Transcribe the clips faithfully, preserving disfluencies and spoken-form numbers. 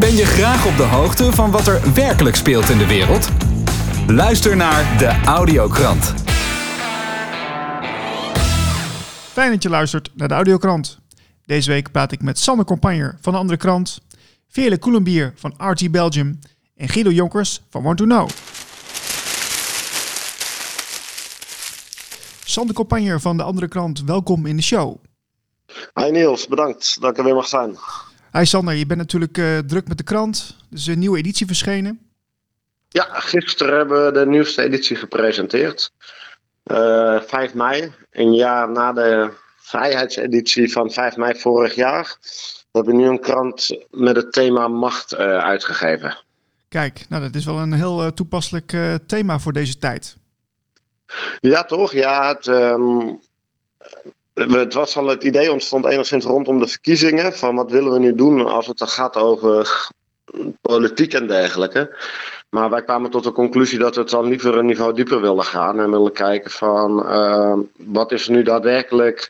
Ben je graag op de hoogte van wat er werkelijk speelt in de wereld? Luister naar de Audiokrant. Fijn dat je luistert naar de Audiokrant. Deze week praat ik met Sander Compagner van de Andere Krant, Veerle Koelenbier van R T Belgium en Guido Jonkers van Want to Know. Sander Compagner van de Andere Krant, welkom in de show. Hi Niels, bedankt dat ik er weer mag zijn. Hi Sander, je bent natuurlijk uh, druk met de krant. Er is een nieuwe editie verschenen. Ja, gisteren hebben we de nieuwste editie gepresenteerd. Uh, vijf mei, een jaar na de vrijheidseditie van vijf mei vorig jaar. We hebben nu een krant met het thema macht uh, uitgegeven. Kijk, nou dat is wel een heel uh, toepasselijk uh, thema voor deze tijd. Ja toch, ja. Het, um, het was al het idee ontstond enigszins rondom de verkiezingen. Van wat willen we nu doen als het dan gaat over politiek en dergelijke. Maar wij kwamen tot de conclusie dat we het dan liever een niveau dieper willen gaan. En willen kijken van uh, wat is nu daadwerkelijk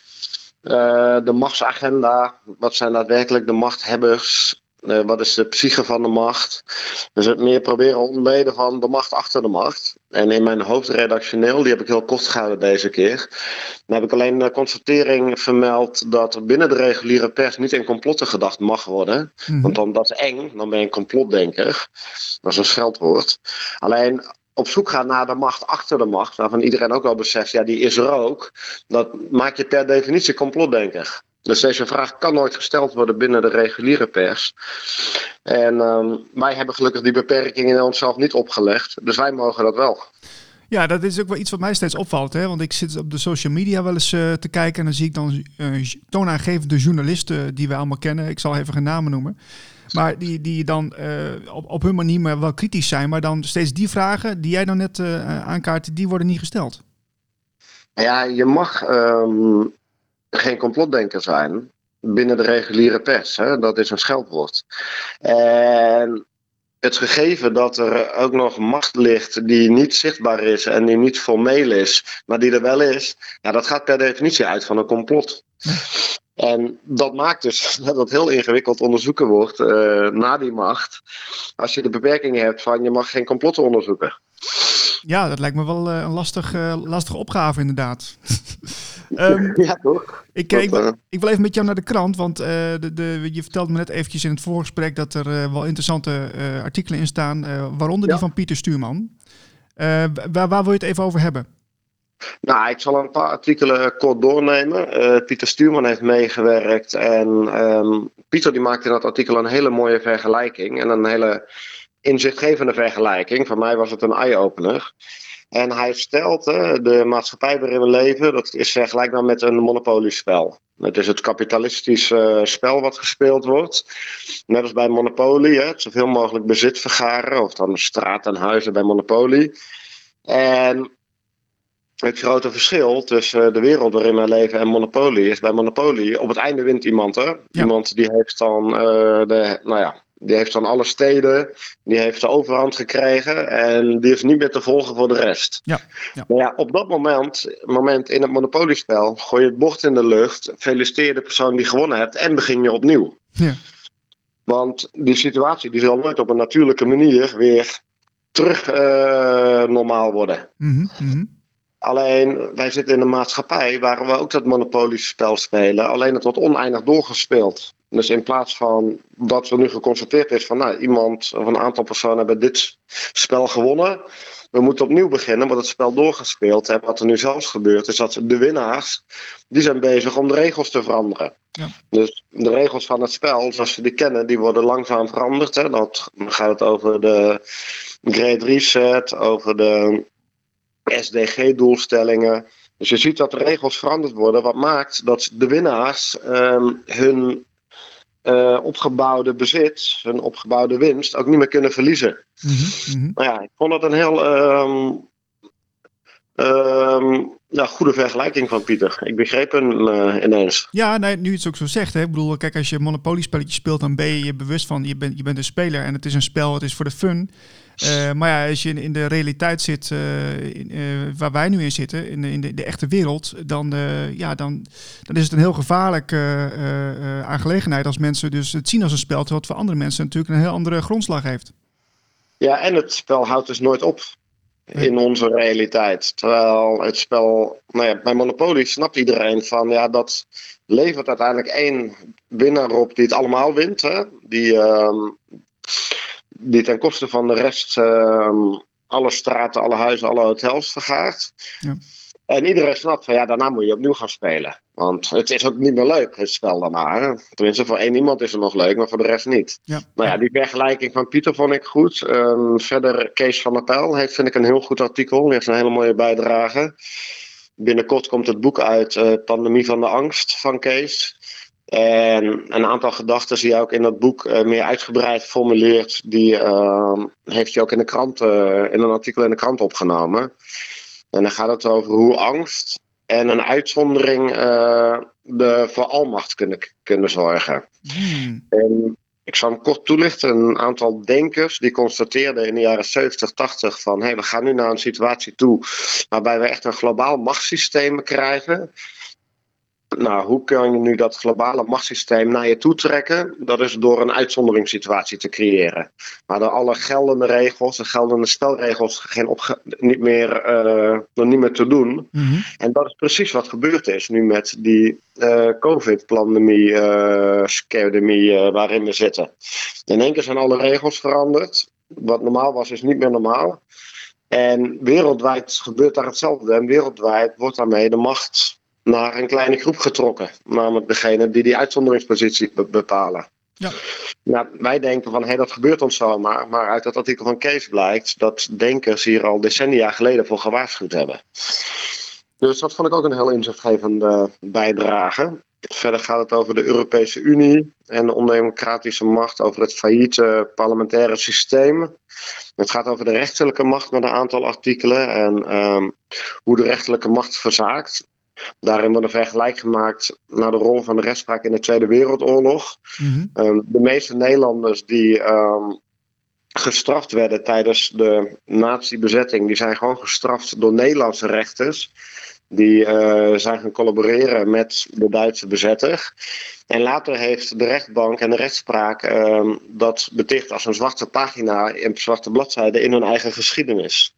uh, de machtsagenda. Wat zijn daadwerkelijk de machthebbers. Uh, wat is de psyche van de macht. Dus het meer proberen ontbeden van de macht achter de macht. En in mijn hoofdredactioneel, die heb ik heel kort gehouden deze keer. Dan heb ik alleen de constatering vermeld dat er binnen de reguliere pers niet in complotten gedacht mag worden. Mm-hmm. Want dan, dat is eng, dan ben je een complotdenker. Dat is een scheldwoord. Alleen op zoek gaan naar de macht achter de macht, waarvan iedereen ook wel beseft, ja die is er ook. Dat maakt je per definitie complotdenker. Dus deze vraag kan nooit gesteld worden binnen de reguliere pers. En um, wij hebben gelukkig die beperkingen in onszelf niet opgelegd. Dus wij mogen dat wel. Ja, dat is ook wel iets wat mij steeds opvalt. Hè? Want ik zit op de social media wel eens uh, te kijken. En dan zie ik dan uh, toonaangevende journalisten die we allemaal kennen. Ik zal even geen namen noemen. Maar die, die dan uh, op, op hun manier maar wel kritisch zijn. Maar dan steeds die vragen die jij dan net uh, aankaart, die worden niet gesteld. Ja, je mag Um... geen complotdenker zijn binnen de reguliere pers. Hè? Dat is een scheldwoord. En het gegeven dat er ook nog macht ligt die niet zichtbaar is en die niet formeel is, maar die er wel is, ja, dat gaat per definitie uit van een complot. En dat maakt dus dat het heel ingewikkeld onderzoeken wordt uh, naar die macht, als je de beperkingen hebt van je mag geen complotten onderzoeken. Ja, dat lijkt me wel uh, een lastig, uh, lastige opgave inderdaad. um, ja, toch? Ik, dat, ik, wil, ik wil even met jou naar de krant, want uh, de, de, je vertelde me net eventjes in het voorgesprek dat er uh, wel interessante uh, artikelen in staan, uh, waaronder ja. die van Pieter Stuurman. Uh, waar, waar wil je het even over hebben? Nou, ik zal een paar artikelen kort doornemen. Uh, Pieter Stuurman heeft meegewerkt en um, Pieter die maakte in dat artikel een hele mooie vergelijking en een hele inzichtgevende vergelijking. Voor mij was het een eye-opener. En hij stelt uh, de maatschappij waarin we leven, dat is vergelijkbaar met een monopoliespel. Het is het kapitalistische uh, spel wat gespeeld wordt. Net als bij Monopoly, hè, het zoveel mogelijk bezit vergaren, of dan straat en huizen bij Monopoly. En het grote verschil tussen de wereld waarin wij leven en Monopoly is bij Monopoly, op het einde wint iemand. Hè? Ja. Iemand die heeft dan uh, de, nou ja, Die heeft dan alle steden, die heeft de overhand gekregen en die is niet meer te volgen voor de rest. Ja, ja. Maar ja, op dat moment, moment in het monopoliespel gooi je het bord in de lucht, feliciteer de persoon die gewonnen hebt en begin je opnieuw. Ja. Want die situatie die zal nooit op een natuurlijke manier weer terug uh, normaal worden. Mm-hmm, mm-hmm. Alleen, wij zitten in een maatschappij waar we ook dat monopoliespel spelen, alleen het wordt oneindig doorgespeeld. Dus in plaats van dat er nu geconstateerd is van nou, iemand of een aantal personen hebben dit spel gewonnen. We moeten opnieuw beginnen, wordt het spel doorgespeeld. En wat er nu zelfs gebeurt is dat de winnaars, die zijn bezig om de regels te veranderen. Ja. Dus de regels van het spel, zoals we die kennen, die worden langzaam veranderd. Hè. Dat, dan gaat het over de Great Reset, over de S D G-doelstellingen. Dus je ziet dat de regels veranderd worden, wat maakt dat de winnaars um, hun Uh, opgebouwde bezit, hun opgebouwde winst, ook niet meer kunnen verliezen. Mm-hmm, mm-hmm. Maar ja, ik vond het een heel um, um, Ja, goede vergelijking van Pieter. Ik begreep hem uh, ineens. Ja, nee, nu het ook zo zegt. Hè. Ik bedoel, kijk, als je Monopoly-spelletjes speelt, dan ben je je bewust van, je bent, je bent een speler en het is een spel, het is voor de fun. Uh, maar ja, als je in, in de realiteit zit, uh, in, uh, waar wij nu in zitten, in, de, in de, de echte wereld, dan, uh, ja, dan, dan is het een heel gevaarlijke uh, uh, aangelegenheid als mensen dus het zien als een spel, terwijl het voor andere mensen natuurlijk een heel andere grondslag heeft. Ja, en het spel houdt dus nooit op. In onze realiteit. Terwijl het spel, nou ja, bij Monopoly snapt iedereen van, ja, dat levert uiteindelijk één winnaar op die het allemaal wint. Hè? Die, uh, die ten koste van de rest uh, alle straten, alle huizen, alle hotels vergaart. Ja. En iedereen snapt van, ja, daarna moet je opnieuw gaan spelen. Want het is ook niet meer leuk, het spel daarna. Hè? Tenminste, voor één iemand is het nog leuk, maar voor de rest niet. Ja. Nou ja, die vergelijking van Pieter vond ik goed. Um, verder, Kees van der Pijl heeft, vind ik, een heel goed artikel. Die heeft een hele mooie bijdrage. Binnenkort komt het boek uit, uh, Pandemie van de Angst, van Kees. En een aantal gedachten die hij ook in dat boek uh, meer uitgebreid formuleert, die uh, heeft hij ook in de krant, uh, in een artikel in de krant opgenomen. En dan gaat het over hoe angst en een uitzondering uh, de, voor almacht kunnen, kunnen zorgen. Hmm. En ik zal hem kort toelichten. Een aantal denkers die constateerden in de jaren zeventig, tachtig van, hey, we gaan nu naar een situatie toe waarbij we echt een globaal machtssysteem krijgen. Nou, hoe kun je nu dat globale machtssysteem naar je toe trekken? Dat is door een uitzonderingssituatie te creëren. Maar door alle geldende regels, de geldende spelregels, geen opge- niet meer, uh, nog niet meer te doen. Mm-hmm. En dat is precies wat gebeurd is nu met die uh, COVID-pandemie, uh, scardemie, uh, waarin we zitten. In één keer zijn alle regels veranderd. Wat normaal was, is niet meer normaal. En wereldwijd gebeurt daar hetzelfde. En wereldwijd wordt daarmee de macht naar een kleine groep getrokken. Namelijk degene die die uitzonderingspositie be- bepalen. Ja. Nou, wij denken van, hé, hey, dat gebeurt ons zomaar. Maar uit dat artikel van Kees blijkt dat denkers hier al decennia geleden voor gewaarschuwd hebben. Dus dat vond ik ook een heel inzichtgevende bijdrage. Verder gaat het over de Europese Unie en de ondemocratische macht, over het failliete parlementaire systeem. Het gaat over de rechterlijke macht met een aantal artikelen en um, hoe de rechterlijke macht verzaakt. Daarin wordt een vergelijk gemaakt naar de rol van de rechtspraak in de Tweede Wereldoorlog. Mm-hmm. Um, de meeste Nederlanders die um, gestraft werden tijdens de nazi-bezetting, die zijn gewoon gestraft door Nederlandse rechters. Die uh, zijn gaan collaboreren met de Duitse bezetter. En later heeft de rechtbank en de rechtspraak um, dat beticht als een zwarte pagina, een zwarte bladzijde in hun eigen geschiedenis.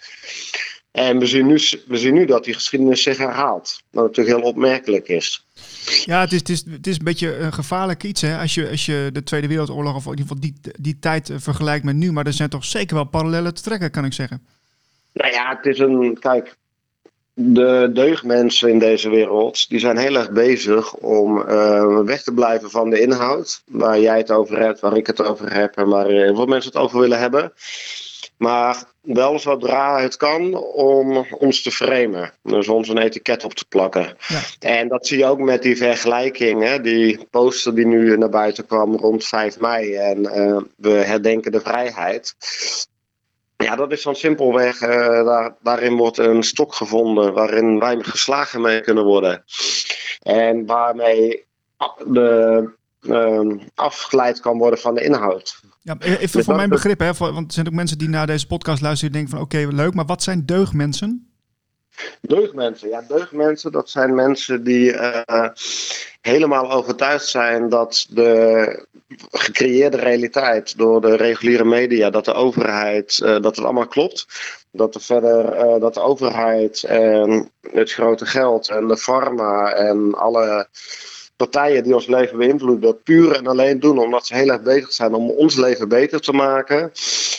En we zien, nu, we zien nu dat die geschiedenis zich herhaalt. Wat natuurlijk heel opmerkelijk is. Ja, het is, het is, het is een beetje een gevaarlijk iets, hè? Als je, als je de Tweede Wereldoorlog, of in ieder geval die, die tijd vergelijkt met nu. Maar er zijn toch zeker wel parallellen te trekken, kan ik zeggen. Nou ja, het is een... Kijk, de deugdmensen in deze wereld, die zijn heel erg bezig om uh, weg te blijven van de inhoud. Waar jij het over hebt, waar ik het over heb en waar heel veel mensen het over willen hebben. Maar wel zodra het kan om ons te framen. Dus ons een etiket op te plakken. Ja. En dat zie je ook met die vergelijking. Hè? Die poster die nu naar buiten kwam rond vijf mei. En uh, we herdenken de vrijheid. Ja, dat is dan simpelweg. Uh, daar, daarin wordt een stok gevonden waarin wij geslagen mee kunnen worden. En waarmee de... Uh, afgeleid kan worden van de inhoud. Ja, even voor mijn begrip, hè, want er zijn ook mensen die naar deze podcast luisteren en denken van oké, okay, leuk, maar wat zijn deugdmensen? Deugdmensen, ja, deugdmensen, dat zijn mensen die uh, helemaal overtuigd zijn dat de gecreëerde realiteit door de reguliere media, dat de overheid, uh, dat het allemaal klopt. Dat er verder, uh, dat de overheid en het grote geld en de pharma en alle partijen die ons leven beïnvloeden, dat puur en alleen doen omdat ze heel erg bezig zijn om ons leven beter te maken.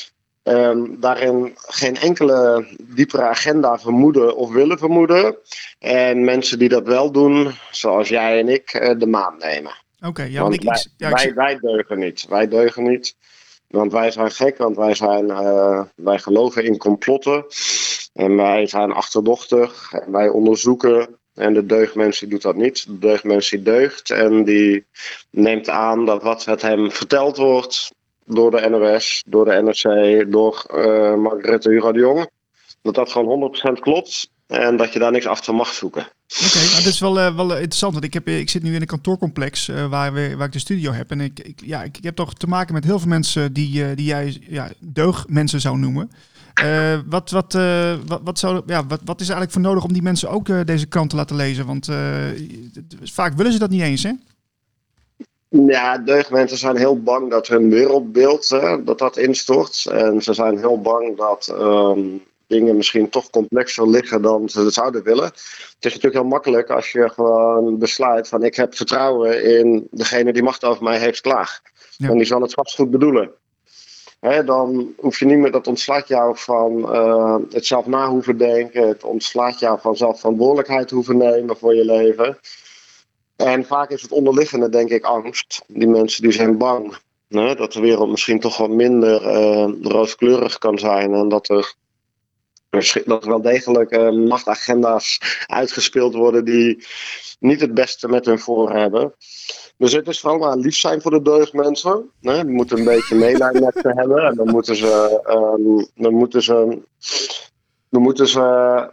Um, daarin geen enkele diepere agenda vermoeden of willen vermoeden. En mensen die dat wel doen, zoals jij en ik, uh, de maan nemen. Oké, okay, ja, want ik, wij, ja, wij, wij deugen niet. Wij deugen niet. Want wij zijn gek, want wij, zijn, uh, wij geloven in complotten. En wij zijn achterdochtig. En wij onderzoeken. En de deugdmens die doet dat niet. De deugdmens die deugt en die neemt aan dat wat het hem verteld wordt door de N O S, door de N R C, door uh, Margrethe Hugo de Jong, dat dat gewoon honderd procent klopt. En dat je daar niks achter mag zoeken. Oké, okay, nou, dat is wel, uh, wel interessant. Want ik, heb, ik zit nu in een kantoorcomplex uh, waar, we, waar ik de studio heb. En ik, ik, ja, ik, ik heb toch te maken met heel veel mensen die, uh, die jij ja, deugdmensen zou noemen. Uh, wat, wat, uh, wat, wat, zou, ja, wat, wat is er eigenlijk voor nodig om die mensen ook uh, deze krant te laten lezen? Want uh, vaak willen ze dat niet eens, hè? Ja, deugdmensen zijn heel bang dat hun wereldbeeld hè, dat dat instort. En ze zijn heel bang dat um, dingen misschien toch complexer liggen dan ze zouden willen. Het is natuurlijk heel makkelijk als je gewoon besluit van ik heb vertrouwen in degene die macht over mij heeft klaar. Ja. En die zal het vast goed bedoelen. He, dan hoef je niet meer, dat ontslaat jou van uh, het zelf na hoeven denken. Het ontslaat jou van zelf verantwoordelijkheid hoeven nemen voor je leven. En vaak is het onderliggende, denk ik, angst. Die mensen die zijn bang hè, dat de wereld misschien toch wat minder uh, rooskleurig kan zijn. En dat er, dat er wel degelijk uh, machtagenda's uitgespeeld worden die niet het beste met hun voor hebben. Dus het is vooral maar lief zijn voor de deugdmensen. Hè. Die moeten een beetje meelijden met ze hebben. En dan moeten ze... Um, dan moeten ze... Dan moeten ze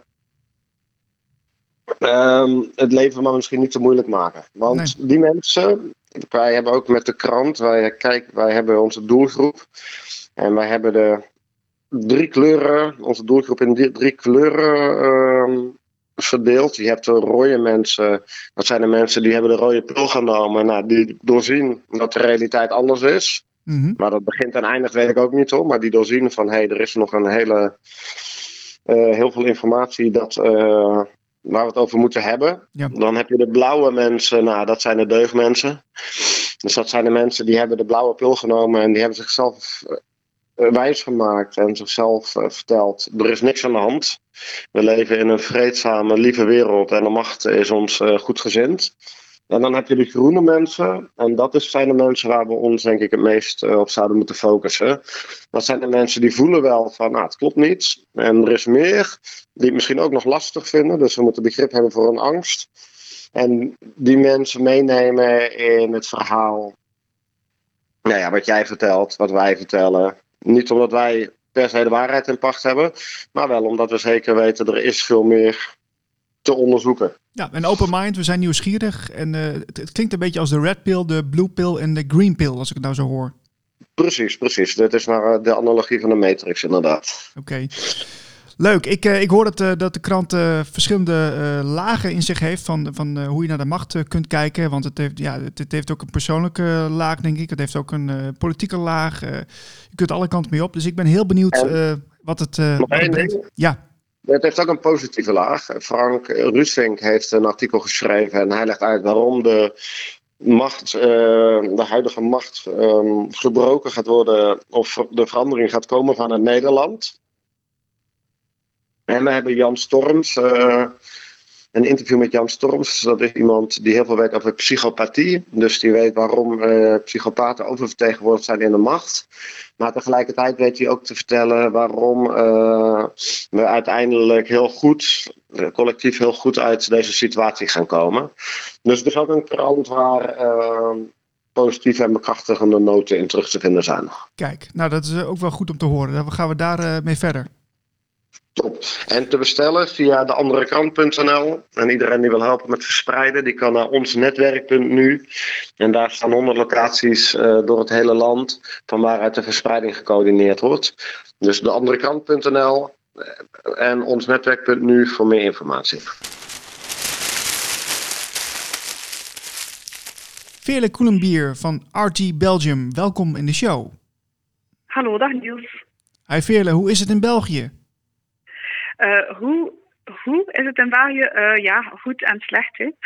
um, het leven maar misschien niet te moeilijk maken. Want nee. die mensen... Wij hebben ook met de krant... Wij, kijk, wij hebben onze doelgroep. En wij hebben de drie kleuren... Onze doelgroep in die drie kleuren... Um, verdeeld. Je hebt de rode mensen, dat zijn de mensen die hebben de rode pil genomen, nou, die doorzien dat de realiteit anders is. Mm-hmm. Maar dat begint en eindigt weet ik ook niet hoor, maar die doorzien van hé, hey, er is nog een hele, uh, heel veel informatie dat, uh, waar we het over moeten hebben. Ja. Dan heb je de blauwe mensen, nou dat zijn de deugdmensen. Dus dat zijn de mensen die hebben de blauwe pil genomen en die hebben zichzelf uh, wijs gemaakt en zichzelf uh, verteld, er is niks aan de hand. We leven in een vreedzame, lieve wereld en de macht is ons uh, goedgezind. En dan heb je de groene mensen. En dat zijn de mensen waar we ons denk ik het meest uh, op zouden moeten focussen. Dat zijn de mensen die voelen wel van, nou het klopt niet. En er is meer, die het misschien ook nog lastig vinden. Dus we moeten begrip hebben voor een angst. En die mensen meenemen in het verhaal. Nou ja, wat jij vertelt, wat wij vertellen. Niet omdat wij per se de waarheid in pacht hebben, maar wel omdat we zeker weten er is veel meer te onderzoeken. Ja, en open mind, we zijn nieuwsgierig en uh, het, het klinkt een beetje als de red pill, de blue pill en de green pill, als ik het nou zo hoor. Precies, precies. Dit is maar de analogie van de Matrix inderdaad. Oké. Okay. Leuk. Ik, uh, ik hoor dat, uh, dat de krant uh, verschillende uh, lagen in zich heeft van, van uh, hoe je naar de macht uh, kunt kijken. Want het heeft, ja, het, het heeft ook een persoonlijke laag, denk ik. Het heeft ook een uh, politieke laag. Uh, je kunt alle kanten mee op. Dus ik ben heel benieuwd uh, wat het, uh, wat het brengt. Ja. Het heeft ook een positieve laag. Frank Rusink heeft een artikel geschreven en hij legt uit waarom de macht, uh, de huidige macht um, gebroken gaat worden of de verandering gaat komen van het Nederland. En we hebben Jan Storms, uh, een interview met Jan Storms. Dat is iemand die heel veel weet over psychopathie. Dus die weet waarom uh, psychopaten oververtegenwoordigd zijn in de macht. Maar tegelijkertijd weet hij ook te vertellen waarom uh, we uiteindelijk heel goed, collectief heel goed uit deze situatie gaan komen. Dus het is ook een krant waar uh, positieve en bekrachtigende noten in terug te vinden zijn. Kijk, nou dat is ook wel goed om te horen. Dan gaan we daar uh, mee verder. Top. En te bestellen via de anderekrant punt n l. En iedereen die wil helpen met verspreiden, die kan naar onsnetwerk punt n u. En daar staan honderd locaties uh, door het hele land van waaruit de verspreiding gecoördineerd wordt. Dus de anderekrant punt n l en onsnetwerk punt n u voor meer informatie. Veerle Koelenbier van R T Belgium, welkom in de show. Hallo, dag Niels. Hi Veerle, hoe is het in België? Uh, hoe, hoe is het in België? Uh, ja, goed en slecht. Hè?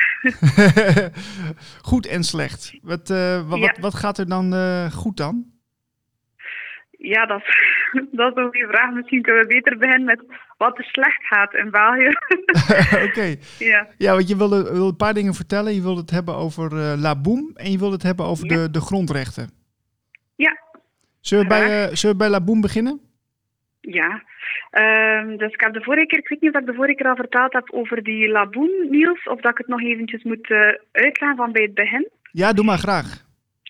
Goed en slecht. Wat, uh, wat, ja. wat, wat gaat er dan uh, goed dan? Ja, dat, dat is een goede vraag. Misschien kunnen we beter beginnen met wat er slecht gaat in België. Oké. Okay. Ja. ja, want je wilde, wilde een paar dingen vertellen. Je wilde het hebben over uh, Laboom en je wilde het hebben over ja. de, de grondrechten. Ja. Zullen we, bij, uh, zullen we bij Laboom beginnen? Ja. Uh, dus ik heb de vorige keer, ik weet niet of ik de vorige keer al verteld heb over die Laboom, Niels, of dat ik het nog eventjes moet uh, uitleggen van bij het begin. Ja, doe maar graag.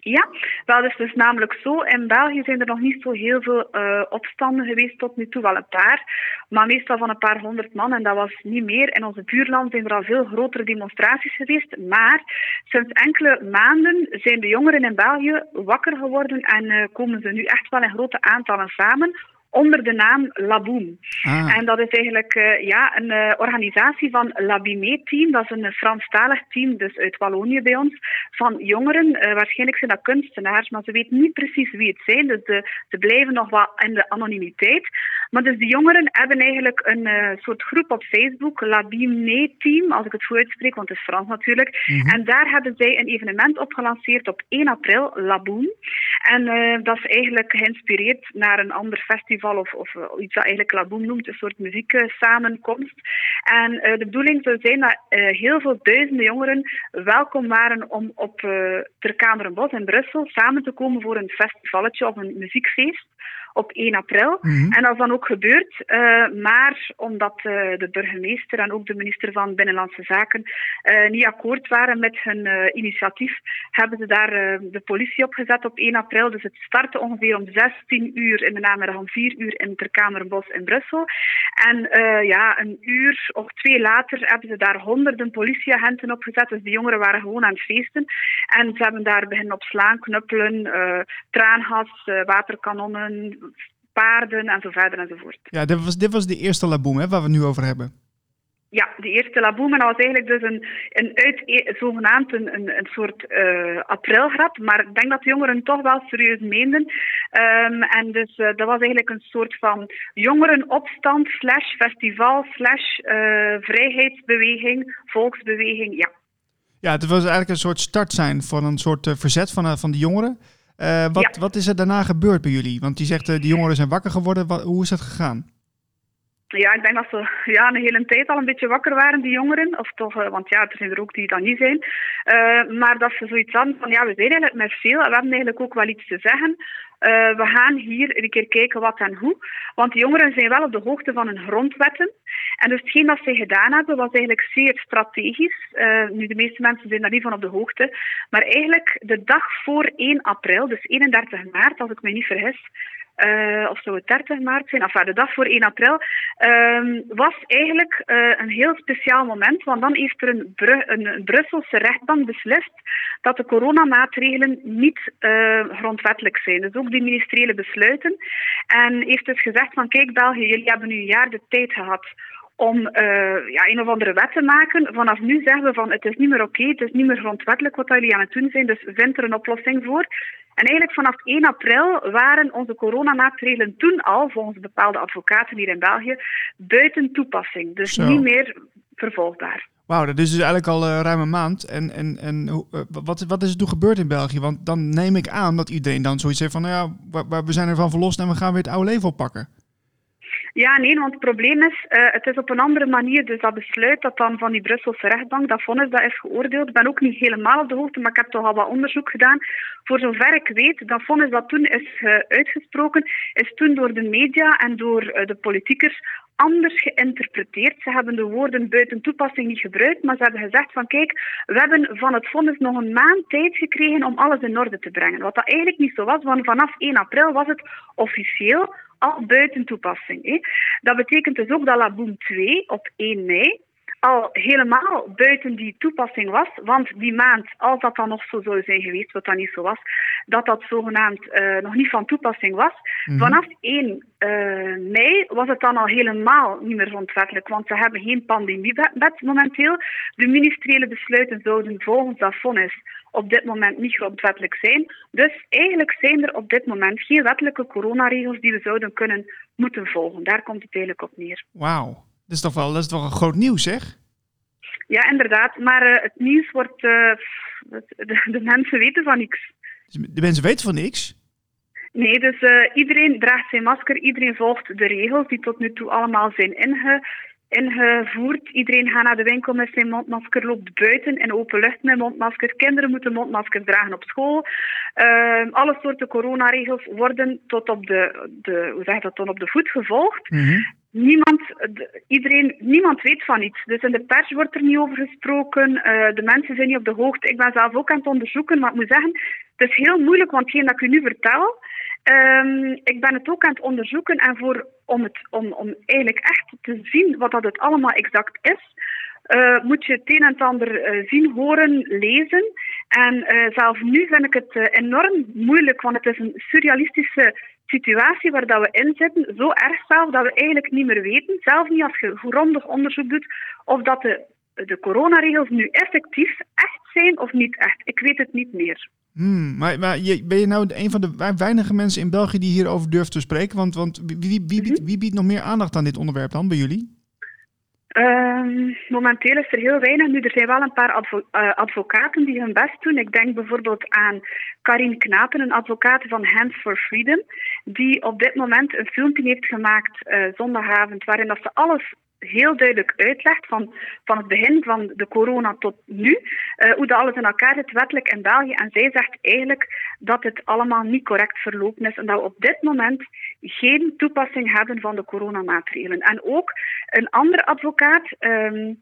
Ja, wel, dus, dus namelijk zo. In België zijn er nog niet zo heel veel uh, opstanden geweest tot nu toe, wel een paar. Maar meestal van een paar honderd man. En dat was niet meer. In onze buurland zijn er al veel grotere demonstraties geweest. Maar sinds enkele maanden zijn de jongeren in België wakker geworden. En uh, komen ze nu echt wel in grote aantallen samen. Onder de naam Laboom. Ah. En dat is eigenlijk uh, ja, een uh, organisatie van Labimé-team. Dat is een Franstalig team, dus uit Wallonië bij ons, van jongeren. Uh, waarschijnlijk zijn dat kunstenaars, maar ze weten niet precies wie het zijn. Dus de, ze blijven nog wel in de anonimiteit. Maar dus de jongeren hebben eigenlijk een uh, soort groep op Facebook, Labimé-team, als ik het goed uitspreek, want het is Frans natuurlijk. Mm-hmm. En daar hebben zij een evenement op gelanceerd op één april, Laboom. En uh, dat is eigenlijk geïnspireerd naar een ander festival. Of, of iets dat eigenlijk Laboom noemt, een soort muzieksamenkomst. En uh, de bedoeling zou zijn dat uh, heel veel duizenden jongeren welkom waren om op uh, Ter Kamerenbos in Brussel samen te komen voor een festivalletje of een muziekfeest op één april. Mm-hmm. En dat is dan ook gebeurd. Uh, maar omdat uh, de burgemeester en ook de minister van Binnenlandse Zaken uh, niet akkoord waren met hun uh, initiatief, hebben ze daar uh, de politie op gezet op één april. Dus het startte ongeveer om zestien uur in de namiddag, om vier uur in Ter Kamerenbos in Brussel. En uh, ja, een uur of twee later hebben ze daar honderden politieagenten opgezet. Dus de jongeren waren gewoon aan het feesten. En ze hebben daar beginnen op slaan, knuppelen, uh, traangas, uh, waterkanonnen, paarden en zo verder enzovoort. Ja, dit was, dit was de eerste Laboom, hè, waar we het nu over hebben. Ja, de eerste Laboom. En dat was eigenlijk dus een, een uit, zogenaamd een, een, een soort uh, aprilgrap. Maar ik denk dat de jongeren toch wel serieus meenden. Um, en dus uh, dat was eigenlijk een soort van jongerenopstand slash festival slash uh, vrijheidsbeweging, volksbeweging, ja. Ja, het was eigenlijk een soort start zijn van een soort uh, verzet van, uh, van de jongeren. Uh, wat, ja. wat is er daarna gebeurd bij jullie? Want je zegt, uh, de jongeren zijn wakker geworden. Wat, hoe is dat gegaan? Ja, ik denk dat ze ja, een hele tijd al een beetje wakker waren, die jongeren. Of toch, uh, want ja, er zijn er ook die dat niet zijn. Uh, maar dat ze zoiets hadden van, ja, we zijn eigenlijk met veel. En we hebben eigenlijk ook wel iets te zeggen. Uh, we gaan hier een keer kijken wat en hoe. Want de jongeren zijn wel op de hoogte van hun grondwetten. En dus hetgeen dat zij gedaan hebben, was eigenlijk zeer strategisch. Uh, nu, de meeste mensen zijn daar niet van op de hoogte. Maar eigenlijk de dag voor één april, dus eenendertig maart, als ik me niet vergis, Uh, of zou het dertig maart zijn, enfin de dag voor één april, uh, was eigenlijk uh, een heel speciaal moment, want dan heeft er een, Bru- een, een Brusselse rechtbank beslist dat de coronamaatregelen niet uh, grondwettelijk zijn. Dus ook die ministeriële besluiten. En heeft dus gezegd van, kijk België, jullie hebben nu een jaar de tijd gehad om uh, ja, een of andere wet te maken. Vanaf nu zeggen we van, het is niet meer oké, okay, het is niet meer grondwettelijk wat jullie aan het doen zijn, dus vind er een oplossing voor. En eigenlijk vanaf één april waren onze coronamaatregelen toen al, volgens bepaalde advocaten hier in België, buiten toepassing. Dus Zo. niet meer vervolgbaar. Wauw, dat is dus eigenlijk al uh, ruim een maand. En, en, en uh, wat, wat is er toen gebeurd in België? Want dan neem ik aan dat iedereen dan zoiets heeft van, nou ja, we, we zijn ervan verlost en we gaan weer het oude leven oppakken. Ja, nee, want het probleem is, uh, het is op een andere manier. Dus dat besluit dat dan van die Brusselse rechtbank, dat vonnis dat is geoordeeld. Ik ben ook niet helemaal op de hoogte, maar ik heb toch al wat onderzoek gedaan. Voor zover ik weet, dat vonnis dat toen is uh, uitgesproken, is toen door de media en door uh, de politiekers anders geïnterpreteerd. Ze hebben de woorden buiten toepassing niet gebruikt, maar ze hebben gezegd van kijk, we hebben van het vonnis nog een maand tijd gekregen om alles in orde te brengen. Wat dat eigenlijk niet zo was, want vanaf één april was het officieel al buiten toepassing. Hè. Dat betekent dus ook dat Laboom twee op één mei al helemaal buiten die toepassing was, want die maand, als dat dan nog zo zou zijn geweest, wat dat niet zo was, dat dat zogenaamd uh, nog niet van toepassing was. Mm-hmm. Vanaf één mei was het dan al helemaal niet meer grondwettelijk, want ze hebben geen pandemiewet momenteel. De ministeriële besluiten zouden volgens dat vonnis op dit moment niet grondwettelijk zijn. Dus eigenlijk zijn er op dit moment geen wettelijke coronaregels die we zouden kunnen moeten volgen. Daar komt het eigenlijk op neer. Wauw. Dat is toch wel, dat is toch een groot nieuws, zeg? Ja, inderdaad. Maar uh, het nieuws wordt... Uh, de, de mensen weten van niks. De mensen weten van niks? Nee, dus uh, iedereen draagt zijn masker. Iedereen volgt de regels die tot nu toe allemaal zijn inge, ingevoerd. Iedereen gaat naar de winkel met zijn mondmasker, loopt buiten in open lucht met mondmasker. Kinderen moeten mondmaskers dragen op school. Uh, alle soorten coronaregels worden tot op de, de, hoe zeg je dat, tot op de voet gevolgd. Mm-hmm. Niemand, de, iedereen, niemand weet van iets. Dus in de pers wordt er niet over gesproken. Uh, de mensen zijn niet op de hoogte. Ik ben zelf ook aan het onderzoeken, maar ik moet zeggen, het is heel moeilijk, want hetgeen dat ik u nu vertel, um, ik ben het ook aan het onderzoeken en voor, om, het, om, om eigenlijk echt te zien wat dat het allemaal exact is, uh, moet je het een en het ander uh, zien, horen, lezen. En uh, zelf nu vind ik het uh, enorm moeilijk, want het is een surrealistische situatie waar dat we in zitten, zo erg zelf dat we eigenlijk niet meer weten, zelf niet als je grondig onderzoek doet, of dat de, de coronaregels nu effectief echt zijn of niet echt. Ik weet het niet meer. Hmm, maar maar je, ben je nou een van de weinige mensen in België die hierover durft te spreken? Want, want wie, wie, wie, biedt, wie biedt nog meer aandacht aan dit onderwerp dan bij jullie? Um, momenteel is er heel weinig. Nu, er zijn wel een paar advo- uh, advocaten die hun best doen. Ik denk bijvoorbeeld aan Karin Knapen, een advocaat van Hands for Freedom, die op dit moment een filmpje heeft gemaakt uh, zondagavond, waarin dat ze alles heel duidelijk uitlegt, van, van het begin van de corona tot nu, uh, hoe dat alles in elkaar zit, wettelijk in België. En zij zegt eigenlijk dat het allemaal niet correct verlopen is en dat we op dit moment geen toepassing hebben van de coronamaatregelen. En ook een andere advocaat, um,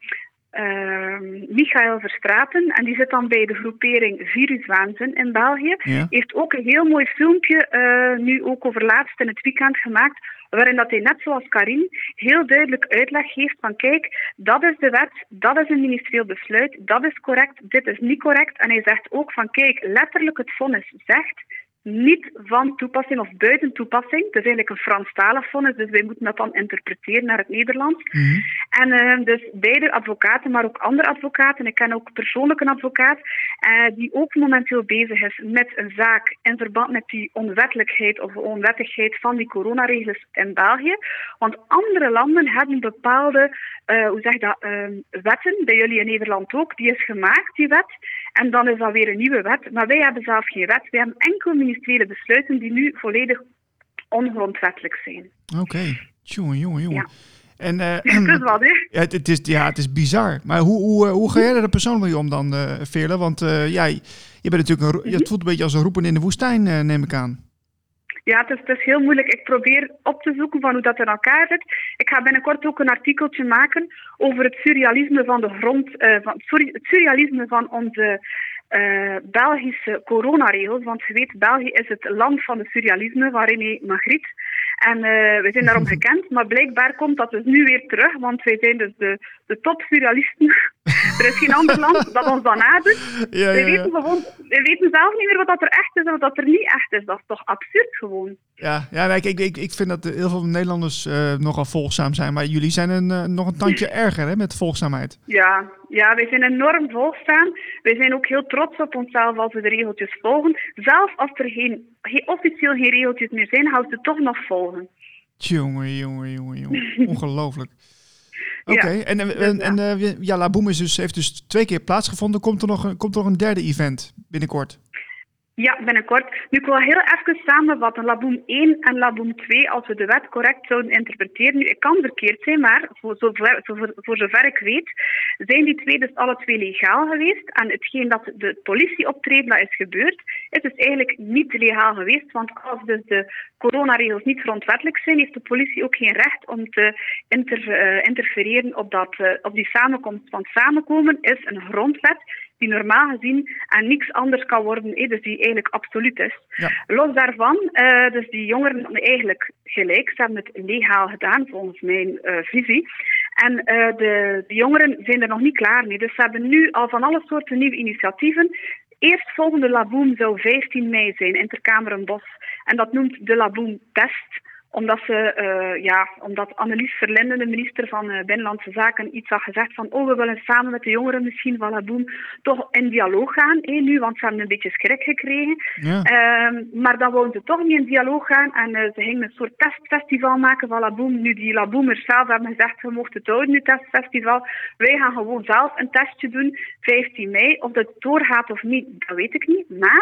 Uh, Michael Verstraeten, en die zit dan bij de groepering Viruswaanzin in België, ja. Heeft ook een heel mooi filmpje, uh, nu ook over laatst in het weekend gemaakt, waarin dat hij net zoals Karin heel duidelijk uitleg geeft van kijk, dat is de wet, dat is een ministerieel besluit, dat is correct, dit is niet correct. En hij zegt ook van kijk, letterlijk het vonnis zegt niet van toepassing of buiten toepassing. Het is eigenlijk een Franstalig vonnis, dus wij moeten dat dan interpreteren naar het Nederlands. Mm-hmm. En uh, dus beide advocaten, maar ook andere advocaten. Ik ken ook persoonlijk een advocaat uh, die ook momenteel bezig is met een zaak in verband met die onwettelijkheid of onwettigheid van die coronaregels in België. Want andere landen hebben bepaalde, uh, hoe zeg je dat, uh, wetten, bij jullie in Nederland ook, die is gemaakt, die wet. En dan is dat weer een nieuwe wet. Maar wij hebben zelf geen wet. Wij hebben enkel ministeriële besluiten die nu volledig ongrondwettelijk zijn. Oké, okay. jongen, jongen, jongen. Ja. En, uh, het is wat, hè? Ja, het, het is, ja, het is bizar. Maar hoe, hoe, hoe ga jij er persoonlijk om dan, uh, Veerle? Want uh, jij, je bent natuurlijk een, mm-hmm. je voelt een beetje als een roepen in de woestijn, uh, neem ik aan. Ja, het is, het is heel moeilijk. Ik probeer op te zoeken van hoe dat in elkaar zit. Ik ga binnenkort ook een artikeltje maken over het surrealisme van de grond, uh, van, sorry, het surrealisme van onze uh, Belgische coronaregels. Want je weet, België is het land van het surrealisme van René Magritte. En uh, we zijn daarom gekend, maar blijkbaar komt dat dus nu weer terug, want wij zijn dus de, de top-surrealisten. Er is geen ander land dat ons dan nadoet. Ja, ja, ja. We weten gewoon, we weten zelf niet meer wat dat er echt is en wat dat er niet echt is. Dat is toch absurd gewoon. Ja, ja ik, ik, ik vind dat heel veel Nederlanders uh, nogal volgzaam zijn, maar jullie zijn een, uh, nog een tandje erger hè, met volgzaamheid. Ja, ja, wij zijn enorm volgzaam. Wij zijn ook heel trots op onszelf als we de regeltjes volgen. Zelfs als er geen, geen, officieel geen regeltjes meer zijn, houdt het toch nog volgen. Jongen, jongen, jongen, jongen. Ongelooflijk. Oké, okay. ja, en, en, en uh, ja, La Boom is dus, heeft dus twee keer plaatsgevonden. Komt er nog een, komt er nog een derde event binnenkort? Ja, binnenkort. Nu, ik wil heel even samenvatten. La Boom één en La Boom twee, als we de wet correct zouden interpreteren. Nu, ik kan verkeerd zijn, maar voor zover, voor, voor zover ik weet, zijn die twee dus alle twee legaal geweest. En hetgeen dat de politie optreden, dat is gebeurd, is dus eigenlijk niet legaal geweest. Want als dus de coronaregels niet grondwettelijk zijn, heeft de politie ook geen recht om te inter, uh, interfereren op, dat, uh, op die samenkomst. Want samenkomen is een grondwet die normaal gezien aan niks anders kan worden, eh, dus die eigenlijk absoluut is. Ja. Los daarvan, uh, dus die jongeren hadden eigenlijk gelijk, ze hebben het legaal gedaan, volgens mijn uh, visie. En uh, de, de jongeren zijn er nog niet klaar mee, dus ze hebben nu al van alle soorten nieuwe initiatieven. Eerstvolgende La Boom zou vijftien mei zijn in Ter Kamerenbos. En dat noemt de La Boom Test. Omdat, ze, uh, ja, omdat Annelies Verlinden, de minister van uh, Binnenlandse Zaken, iets had gezegd van oh, we willen samen met de jongeren misschien van La Boom toch in dialoog gaan, eh, nu, want ze hebben een beetje schrik gekregen. Ja. Uh, maar dan wouden ze toch niet in dialoog gaan en uh, ze gingen een soort testfestival maken van La Boom. Nu, die La Boomers zelf hebben gezegd, je mocht het houden, nu testfestival. Wij gaan gewoon zelf een testje doen, vijftien mei. Of dat doorgaat of niet, dat weet ik niet. Maar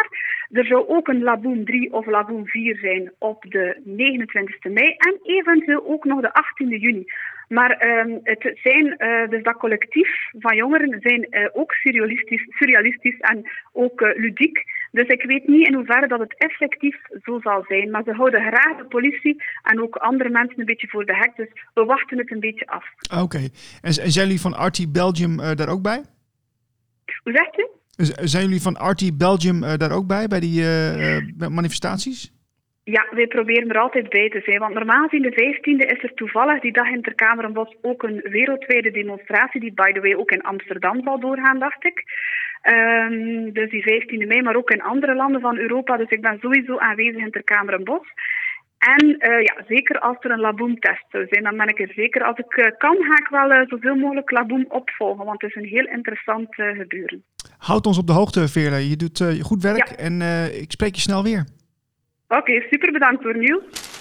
Er zou ook een Laboom drie of Laboom vier zijn op de negenentwintigste mei en eventueel ook nog de achttiende juni. Maar um, het zijn, uh, dus dat collectief van jongeren zijn uh, ook surrealistisch, surrealistisch en ook uh, ludiek. Dus ik weet niet in hoeverre dat het effectief zo zal zijn. Maar ze houden graag de politie en ook andere mensen een beetje voor de hek. Dus we wachten het een beetje af. Oké. Okay. En, en zijn jullie van Artie Belgium uh, daar ook bij? Hoe zegt u? Zijn jullie van Artie Belgium uh, daar ook bij, bij die uh, uh, manifestaties? Ja, wij proberen er altijd bij te zijn. Want normaal gezien de vijftiende is er toevallig die dag in Ter Kamerenbos ook een wereldwijde demonstratie, die by the way ook in Amsterdam zal doorgaan, dacht ik. Um, dus die vijftiende mei, maar ook in andere landen van Europa. Dus ik ben sowieso aanwezig in Ter Kamerenbos. En uh, ja, zeker als er een Laboom-test zou zijn, dan ben ik er zeker. Als ik uh, kan, ga ik wel uh, zoveel mogelijk Laboom opvolgen, want het is een heel interessant uh, gebeuren. Houd ons op de hoogte, Veerle. Je doet uh, goed werk ja. en uh, ik spreek je snel weer. Oké, okay, super bedankt voor Niels.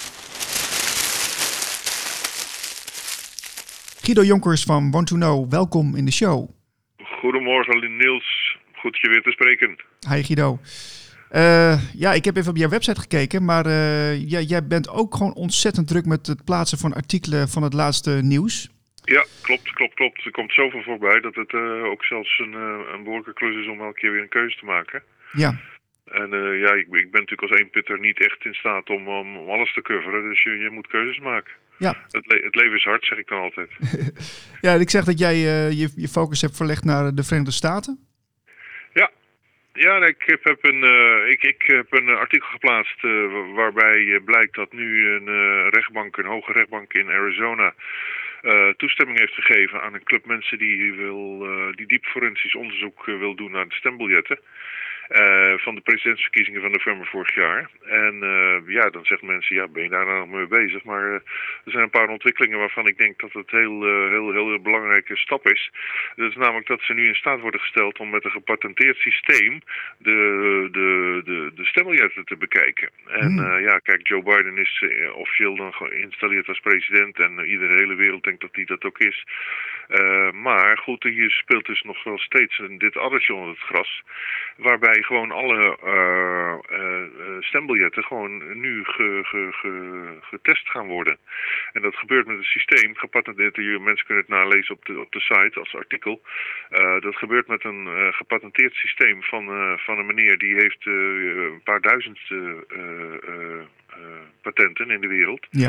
Guido Jonkers van Want to Know, welkom in de show. Goedemorgen Niels, goed je weer te spreken. Hi Guido. Uh, ja, ik heb even op jouw website gekeken, maar uh, ja, jij bent ook gewoon ontzettend druk met het plaatsen van artikelen van het laatste nieuws. Ja, klopt, klopt, klopt. Er komt zoveel voorbij dat het uh, ook zelfs een, uh, een behoorlijke klus is om elke keer weer een keuze te maken. Ja. En uh, ja, ik, ik ben natuurlijk als eenpitter niet echt in staat om, om, om alles te coveren, dus je, je moet keuzes maken. Ja. Het, le- het leven is hard, zeg ik dan altijd. Ja, ik zeg dat jij uh, je, je focus hebt verlegd naar de Verenigde Staten. Ja. Ja, ik heb een, uh, ik, ik heb een artikel geplaatst uh, waarbij uh, blijkt dat nu een uh, rechtbank, een hoge rechtbank in Arizona, uh, toestemming heeft gegeven aan een club mensen die, wil, uh, die diep forensisch onderzoek uh, wil doen naar de stembiljetten. Uh, van de presidentsverkiezingen van november vorig jaar. En uh, ja, dan zeggen mensen, ja, ben je daar nou nog mee bezig? Maar uh, er zijn een paar ontwikkelingen waarvan ik denk dat het heel, uh, heel, heel, heel belangrijke stap is. Dat is namelijk dat ze nu in staat worden gesteld om met een gepatenteerd systeem de, de, de, de stembiljetten te bekijken. En uh, ja, kijk, Joe Biden is uh, officieel dan geïnstalleerd als president en uh, iedere hele wereld denkt dat hij dat ook is. Uh, maar goed, hier speelt dus nog wel steeds een, dit addertje onder het gras, waarbij gewoon alle uh, uh, stembiljetten gewoon nu ge, ge, ge, getest gaan worden. En dat gebeurt met een systeem, gepatenteerd, mensen kunnen het nalezen op de, op de site als artikel. Uh, dat gebeurt met een uh, gepatenteerd systeem van, uh, van een meneer die heeft uh, een paar duizend uh, uh, uh, patenten in de wereld. Ja.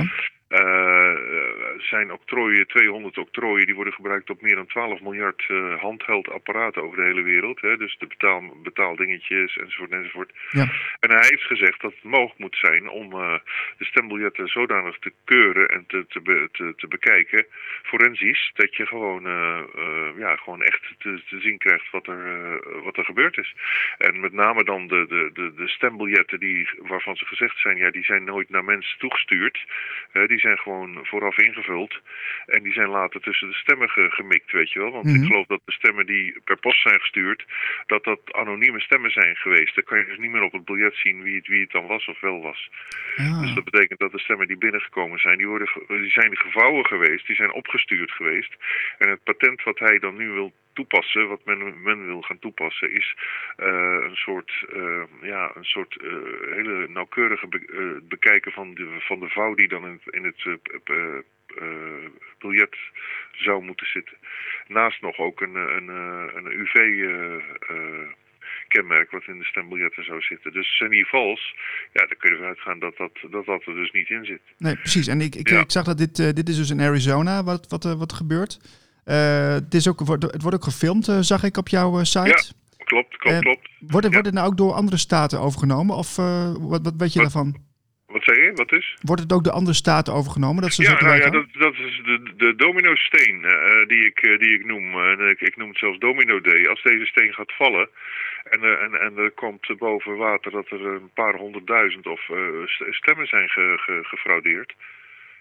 Uh, zijn octrooien, tweehonderd octrooien, die worden gebruikt op meer dan twaalf miljard uh, handheld apparaten over de hele wereld. Hè? Dus de betaal, betaaldingetjes enzovoort enzovoort. Ja. En hij heeft gezegd dat het mogelijk moet zijn om uh, de stembiljetten zodanig te keuren en te, te, be, te, te bekijken, forensisch, dat je gewoon, uh, uh, ja, gewoon echt te, te zien krijgt wat er, uh, wat er gebeurd is. En met name dan de, de, de, de stembiljetten die, waarvan ze gezegd zijn, ja, die zijn nooit naar mensen toegestuurd. Uh, die zijn gewoon vooraf ingevuld. En die zijn later tussen de stemmen ge- gemikt, weet je wel. Want mm-hmm. ik geloof dat de stemmen die per post zijn gestuurd, dat dat anonieme stemmen zijn geweest. Dan kan je dus niet meer op het biljet zien wie het, wie het dan was of wel was. Ah. Dus dat betekent dat de stemmen die binnengekomen zijn, die, worden, die zijn gevouwen geweest, die zijn opgestuurd geweest. En het patent wat hij dan nu wil toepassen, wat men, men wil gaan toepassen, is uh, een soort, uh, ja, een soort uh, hele nauwkeurige be- uh, bekijken van de, van de vouw die dan in het, in het uh, uh, uh, biljet zou moeten zitten. Naast nog ook een, een, een U V uh, uh, kenmerk wat in de stembiljetten zou zitten. Dus zijn die vals, ja, dan kun je ervan uitgaan dat dat, dat dat er dus niet in zit. Nee, precies. En ik, ik, ja. ik zag dat dit, uh, dit is dus in Arizona wat, wat, uh, wat gebeurt. Uh, het, is ook, het wordt ook gefilmd, uh, zag ik op jouw uh, site. Ja, klopt, klopt, uh, klopt. Wordt, ja. wordt het nou ook door andere staten overgenomen? Of uh, wat, wat weet je wat, daarvan? Wat zei je? Wat is? Wordt het ook door andere staten overgenomen? Dat ze ja, zo nou ja, dat, dat is de, de domino-steen uh, die, ik, uh, die ik noem. Uh, ik, ik noem het zelfs domino day. Als deze steen gaat vallen en, uh, en, en er komt boven water dat er een paar honderdduizend of uh, stemmen zijn ge, ge, gefraudeerd.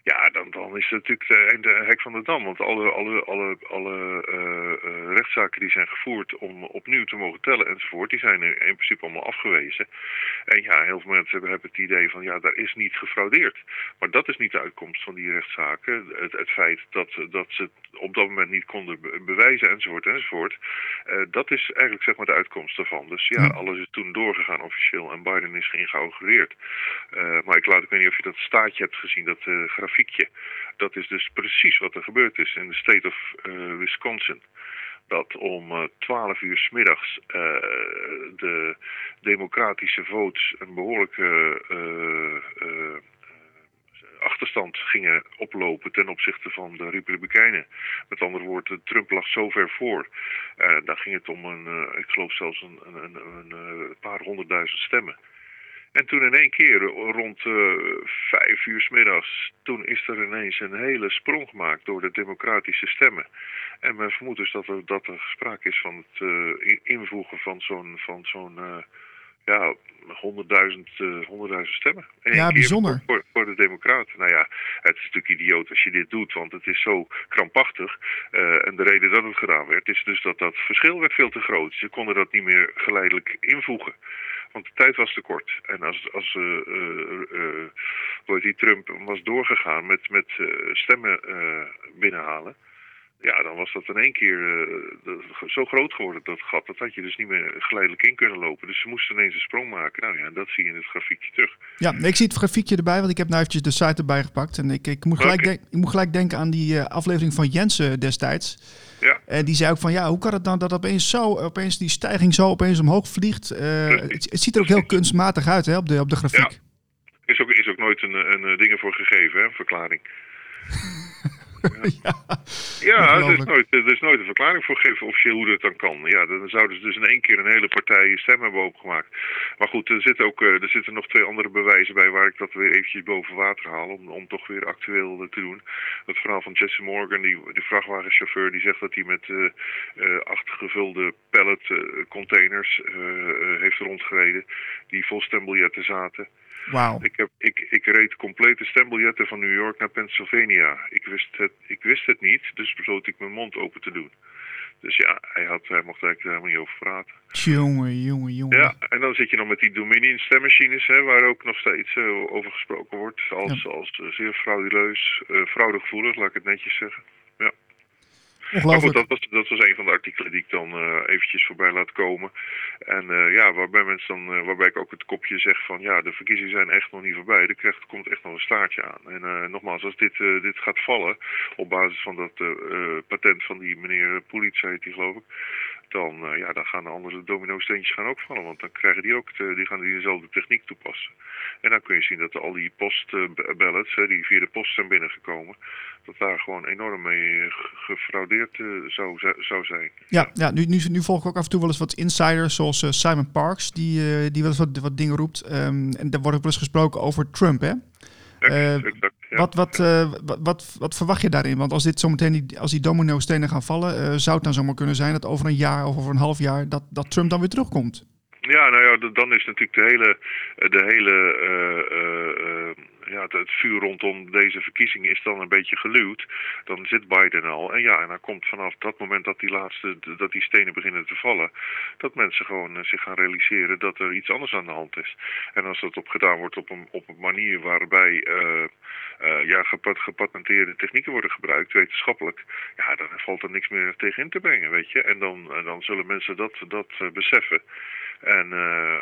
Ja, dan, dan is het natuurlijk de, de hek van de dam. Want alle, alle, alle, alle uh, uh, rechtszaken die zijn gevoerd om opnieuw te mogen tellen enzovoort, die zijn in principe allemaal afgewezen. En ja, heel veel mensen hebben, hebben het idee van ja, daar is niet gefraudeerd. Maar dat is niet de uitkomst van die rechtszaken. Het, het feit dat, dat ze het op dat moment niet konden bewijzen enzovoort enzovoort. Uh, dat is eigenlijk zeg maar de uitkomst daarvan. Dus ja, alles is toen doorgegaan officieel en Biden is geïnaugureerd. Uh, maar ik laat, ik weet niet of je dat staatje hebt gezien, dat uh, grafiekje. Dat is dus precies wat er gebeurd is in de state of uh, Wisconsin. Dat om uh, twaalf uur 's middags uh, de democratische votes een behoorlijke uh, uh, achterstand gingen oplopen ten opzichte van de Republikeinen. Met andere woorden, Trump lag zo ver voor. Uh, daar ging het om een, uh, ik geloof zelfs een, een, een, een, een paar honderdduizend stemmen. En toen in één keer, rond uh, vijf uur 's middags, toen is er ineens een hele sprong gemaakt door de democratische stemmen. En men vermoedt dus dat er, dat er sprake is van het uh, invoegen van zo'n, van zo'n uh, ja, honderdduizend uh, honderdduizend stemmen. En ja, bijzonder. Voor, voor de democraten. Nou ja, het is natuurlijk idioot als je dit doet, want het is zo krampachtig. Uh, en de reden dat het gedaan werd, is dus dat dat verschil werd veel te groot. Ze konden dat niet meer geleidelijk invoegen. Want de tijd was te kort. En als, als uh, uh, uh, die Trump was doorgegaan met, met uh, stemmen uh, binnenhalen, ja, dan was dat in één keer uh, zo groot geworden, dat gat. Dat had je dus niet meer geleidelijk in kunnen lopen. Dus ze moesten ineens een sprong maken. Nou ja, dat zie je in het grafiekje terug. Ja, ik zie het grafiekje erbij, want ik heb nou eventjes de site erbij gepakt. En ik, ik, moet, gelijk okay. denk, ik moet gelijk denken aan die uh, aflevering van Jensen destijds. Ja. En die zei ook van, ja, hoe kan het dan dat opeens zo, opeens die stijging zo opeens omhoog vliegt? Uh, het, het ziet er ook heel kunstmatig uit, hè, op de, op de grafiek. Ja, is ook, is ook nooit een, een, een ding ervoor gegeven, hè, een verklaring. Ja, ja er, is nooit, er is nooit een verklaring voor gegeven officieel hoe dat dan kan. Ja, dan zouden ze dus in één keer een hele partij stem hebben opgemaakt. Maar goed, er zitten, ook, er zitten nog twee andere bewijzen bij waar ik dat weer eventjes boven water haal. Om, om toch weer actueel te doen. Het verhaal van Jesse Morgan, die, die vrachtwagenchauffeur, die zegt dat hij met uh, uh, acht gevulde pallet uh, containers uh, uh, heeft rondgereden. Die vol stembiljetten zaten. Wow. Ik, heb, ik, ik reed complete stembiljetten van New York naar Pennsylvania. Ik wist het, ik wist het niet, dus besloot ik mijn mond open te doen. Dus ja, hij, had, hij mocht eigenlijk helemaal niet over praten. Jongen, jongen, jongen. Ja, en dan zit je nog met die Dominion stemmachines, hè, waar ook nog steeds uh, over gesproken wordt. Als, ja. als uh, zeer frauduleus, uh, fraudegevoelig, laat ik het netjes zeggen. Ja. Maar goed, dat was, dat was een van de artikelen die ik dan uh, eventjes voorbij laat komen. En uh, ja, waarbij mensen dan, uh, waarbij ik ook het kopje zeg van ja, de verkiezingen zijn echt nog niet voorbij. Er, krijgt, er komt echt nog een staartje aan. En uh, nogmaals, als dit, uh, dit gaat vallen, op basis van dat uh, uh, patent van die meneer Pulitz, heet die geloof ik, dan, uh, ja, dan gaan de andere domino-steentjes gaan ook vallen. Want dan krijgen die ook, te, die gaan die dezelfde techniek toepassen. En dan kun je zien dat al die postballots, uh, die via de post zijn binnengekomen, dat daar gewoon enorm mee gefraudeerd uh, zou, zou zijn. Ja, ja nu, nu, nu volg ik ook af en toe wel eens wat insiders, zoals uh, Simon Parks, die, uh, die wel eens wat, wat dingen roept. Um, en daar wordt ook wel eens gesproken over Trump, hè? Uh, exact, ja. Wat, wat, uh, wat, wat, wat verwacht je daarin? Want als dit zometeen die, als die domino-stenen gaan vallen, uh, zou het dan zomaar kunnen zijn dat over een jaar of over een half jaar dat, dat Trump dan weer terugkomt? Ja, nou ja, dan is natuurlijk de hele, de hele uh, uh, uh, ja, het vuur rondom deze verkiezingen is dan een beetje geluwd. Dan zit Biden al. En ja, en dan komt vanaf dat moment dat die laatste, dat die stenen beginnen te vallen, dat mensen gewoon uh, zich gaan realiseren dat er iets anders aan de hand is. En als dat op gedaan wordt op een, op een manier waarbij uh, uh, ja, gepat, gepatenteerde technieken worden gebruikt, wetenschappelijk, ja, dan valt er niks meer tegen in te brengen, weet je. En dan, uh, dan zullen mensen dat, dat uh, beseffen. En uh,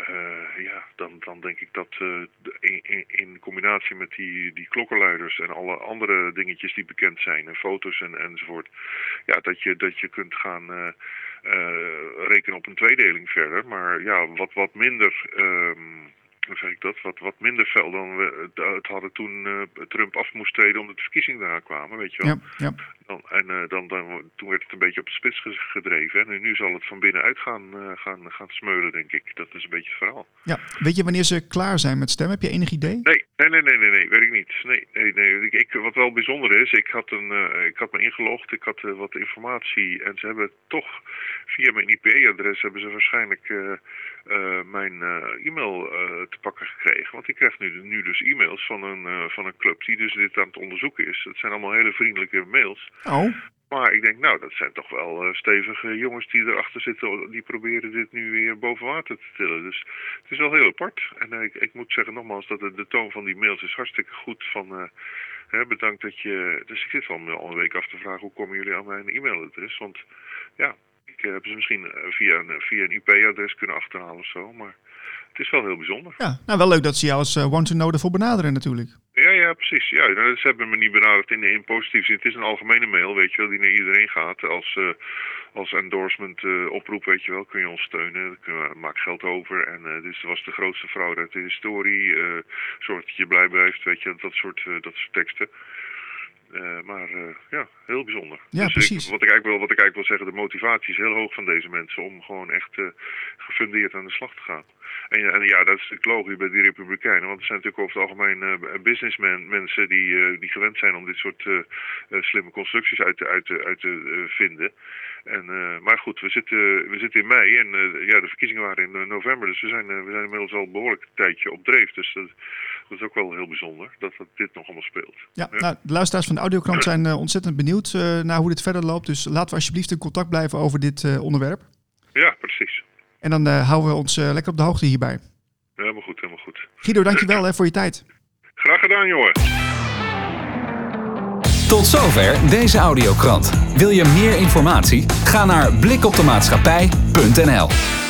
uh, ja, dan, dan denk ik dat uh, in, in, in combinatie met die, die klokkenluiders en alle andere dingetjes die bekend zijn, en foto's en, enzovoort, ja, dat je, dat je kunt gaan uh, uh, rekenen op een tweedeling verder. Maar ja, wat, wat minder, um, hoe zeg ik dat, wat, wat minder fel dan we het hadden toen uh, Trump af moest treden omdat de verkiezingen eraan kwamen, weet je wel. Ja, ja. Dan, en uh, dan, dan, toen werd het een beetje op de spits gedreven. En nu zal het van binnenuit gaan, uh, gaan, gaan smeulen, denk ik. Dat is een beetje het verhaal. Ja, weet je wanneer ze klaar zijn met stemmen? Heb je enig idee? Nee, nee, nee, nee, nee, nee weet ik niet. Nee, nee, nee. Ik, ik, wat wel bijzonder is, ik had, een, uh, ik had me ingelogd, ik had uh, wat informatie. En ze hebben toch via mijn I P adres hebben ze waarschijnlijk uh, uh, mijn uh, e-mail uh, te pakken gekregen. Want ik krijg nu, nu dus e-mails van een, uh, van een club die dus dit aan het onderzoeken is. Dat zijn allemaal hele vriendelijke mails. Oh. Maar ik denk, nou, dat zijn toch wel uh, stevige jongens die erachter zitten. Die proberen dit nu weer boven water te tillen. Dus het is wel heel apart. En uh, ik, ik moet zeggen nogmaals dat de, de toon van die mails is hartstikke goed. Van, uh, hè, bedankt dat je... Dus ik zit al, al een week af te vragen, hoe komen jullie aan mijn e-mailadres? Want ja, ik uh, heb ze misschien via een, via een I P-adres kunnen achterhalen of zo. Maar het is wel heel bijzonder. Ja, nou wel leuk dat ze jou als uh, want to know ervoor benaderen natuurlijk. Ja, ja, precies. Ja, nou, ze hebben me niet benaderd in, in positief zin. Het is een algemene mail, weet je wel, die naar iedereen gaat. Als, uh, als endorsement uh, oproep, weet je wel, kun je ons steunen. We, maak geld over. En uh, dit was de grootste fraude uit de historie. Uh, zorg dat je blij blijft, weet je, dat soort, uh, dat soort teksten. Uh, maar uh, ja, heel bijzonder. Ja, dus precies. Ik, wat, ik eigenlijk wil, wat ik eigenlijk wil zeggen, de motivatie is heel hoog van deze mensen om gewoon echt uh, gefundeerd aan de slag te gaan. En, en ja, dat is natuurlijk logisch bij die Republikeinen, want er zijn natuurlijk over het algemeen uh, businessmen mensen die, uh, die gewend zijn om dit soort uh, uh, slimme constructies uit te, uit te, uit te uh, vinden. En, uh, maar goed, we zitten, we zitten in mei en uh, ja, de verkiezingen waren in uh, november, dus we zijn, uh, we zijn inmiddels al een behoorlijk tijdje op dreef. Dus dat, dat is ook wel heel bijzonder dat, dat dit nog allemaal speelt. Ja, ja. Nou, de luisteraars van de Audiokrant zijn uh, ontzettend benieuwd uh, naar hoe dit verder loopt. Dus laten we alsjeblieft in contact blijven over dit uh, onderwerp. Ja, precies. En dan uh, houden we ons uh, lekker op de hoogte hierbij. Helemaal goed, helemaal goed. Guido, dankjewel hè, voor je tijd. Graag gedaan, jongen. Tot zover deze Audiokrant. Wil je meer informatie? Ga naar blik op de maatschappij punt n l.